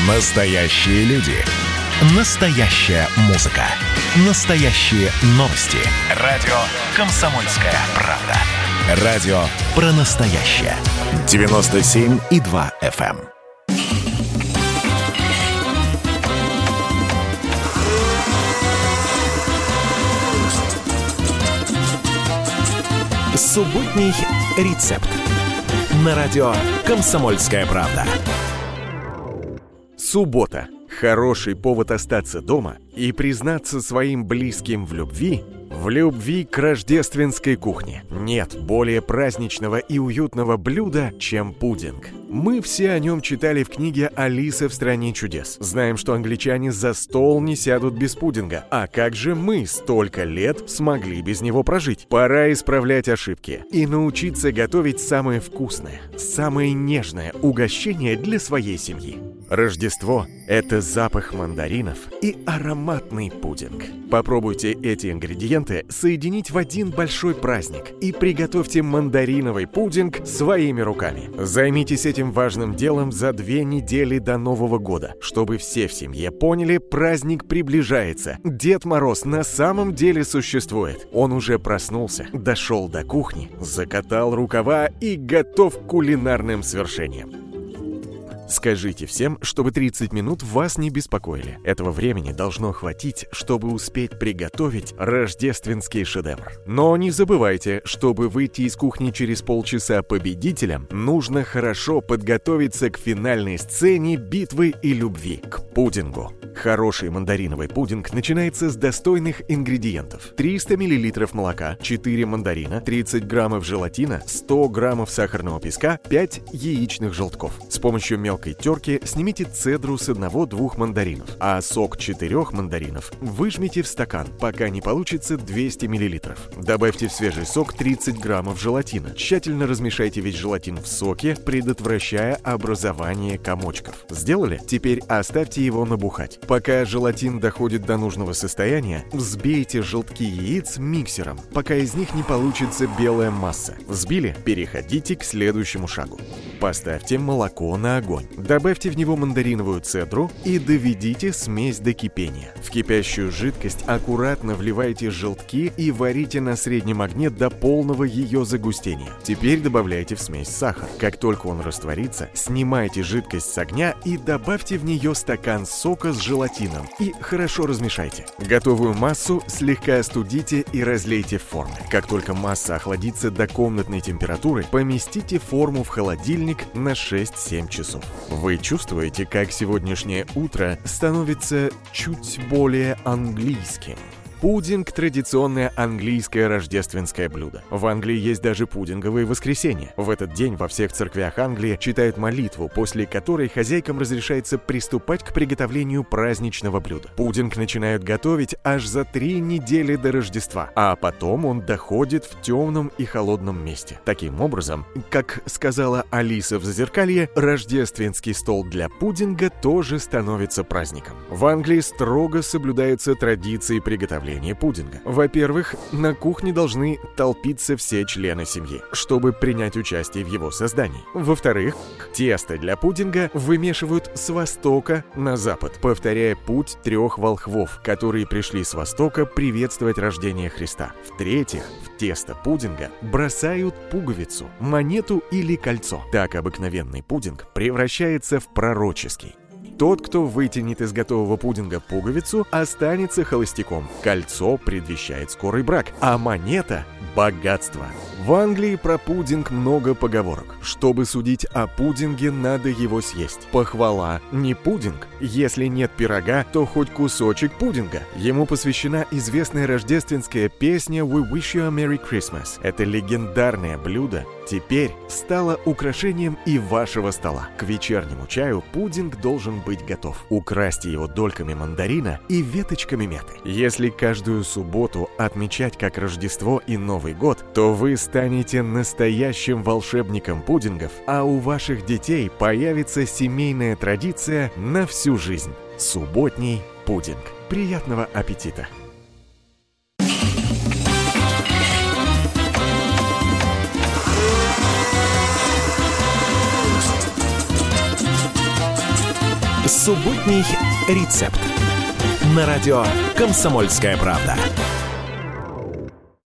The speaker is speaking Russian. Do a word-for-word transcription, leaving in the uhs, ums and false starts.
Настоящие люди. Настоящая музыка. Настоящие новости. Радио «Комсомольская правда». Радио про настоящее. девяносто семь и два эф эм. Субботний рецепт. На радио «Комсомольская правда». Суббота. Хороший повод остаться дома и признаться своим близким в любви, в любви к рождественской кухне. Нет более праздничного и уютного блюда, чем пудинг. Мы все о нем читали в книге «Алиса в стране чудес». Знаем, что англичане за стол не сядут без пудинга. А как же мы столько лет смогли без него прожить? Пора исправлять ошибки и научиться готовить самое вкусное, самое нежное угощение для своей семьи. Рождество – это запах мандаринов и ароматный пудинг. Попробуйте эти ингредиенты соединить в один большой праздник и приготовьте мандариновый пудинг своими руками. Займитесь этим важным делом за две недели до Нового года, чтобы все в семье поняли, праздник приближается. Дед Мороз на самом деле существует. Он уже проснулся, дошел до кухни, закатал рукава и готов к кулинарным свершениям. Скажите всем, чтобы тридцать минут вас не беспокоили. Этого времени должно хватить, чтобы успеть приготовить рождественский шедевр. Но не забывайте, чтобы выйти из кухни через полчаса победителем, нужно хорошо подготовиться к финальной сцене битвы и любви, к пудингу. Хороший мандариновый пудинг начинается с достойных ингредиентов: триста миллилитров молока, четыре мандарина, тридцать граммов желатина, сто граммов сахарного песка, пять яичных желтков. С помощью мелкой терки снимите цедру с одного-двух мандаринов, а сок четырех мандаринов выжмите в стакан, пока не получится двести миллилитров. Добавьте в свежий сок тридцать граммов желатина. Тщательно размешайте весь желатин в соке, предотвращая образование комочков. Сделали? Теперь оставьте его набухать. Пока желатин доходит до нужного состояния, взбейте желтки яиц миксером, пока из них не получится белая масса. Взбили? Переходите к следующему шагу. Поставьте молоко на огонь. Добавьте в него мандариновую цедру и доведите смесь до кипения. В кипящую жидкость аккуратно вливайте желтки и варите на среднем огне до полного ее загустения. Теперь добавляйте в смесь сахар. Как только он растворится, снимайте жидкость с огня и добавьте в нее стакан сока с желатином и хорошо размешайте. Готовую массу слегка остудите и разлейте в формы. Как только масса охладится до комнатной температуры, поместите форму в холодильник на шесть-семь часов. Вы чувствуете, как сегодняшнее утро становится чуть более английским? Пудинг – традиционное английское рождественское блюдо. В Англии есть даже пудинговые воскресенья. В этот день во всех церквях Англии читают молитву, после которой хозяйкам разрешается приступать к приготовлению праздничного блюда. Пудинг начинают готовить аж за три недели до Рождества, а потом он доходит в темном и холодном месте. Таким образом, как сказала Алиса в «Зазеркалье», рождественский стол для пудинга тоже становится праздником. В Англии строго соблюдаются традиции приготовления пудинга. Во-первых, на кухне должны толпиться все члены семьи, чтобы принять участие в его создании. Во-вторых, тесто для пудинга вымешивают с востока на запад, повторяя путь трех волхвов, которые пришли с востока приветствовать рождение Христа. В-третьих, в тесто пудинга бросают пуговицу, монету или кольцо. Так обыкновенный пудинг превращается в пророческий. Тот, кто вытянет из готового пудинга пуговицу, останется холостяком. Кольцо предвещает скорый брак, а монета – богатство. В Англии про пудинг много поговорок. Чтобы судить о пудинге, надо его съесть. Похвала не пудинг. Если нет пирога, то хоть кусочек пудинга. Ему посвящена известная рождественская песня «We wish you a Merry Christmas». Это легендарное блюдо теперь стало украшением и вашего стола. К вечернему чаю пудинг должен быть готов. Украсьте его дольками мандарина и веточками мяты. Если каждую субботу отмечать как Рождество и Новый год, то вы станете настоящим волшебником пудингов, а у ваших детей появится семейная традиция на всю жизнь. Субботний пудинг. Приятного аппетита! Субботний рецепт. На радио «Комсомольская правда».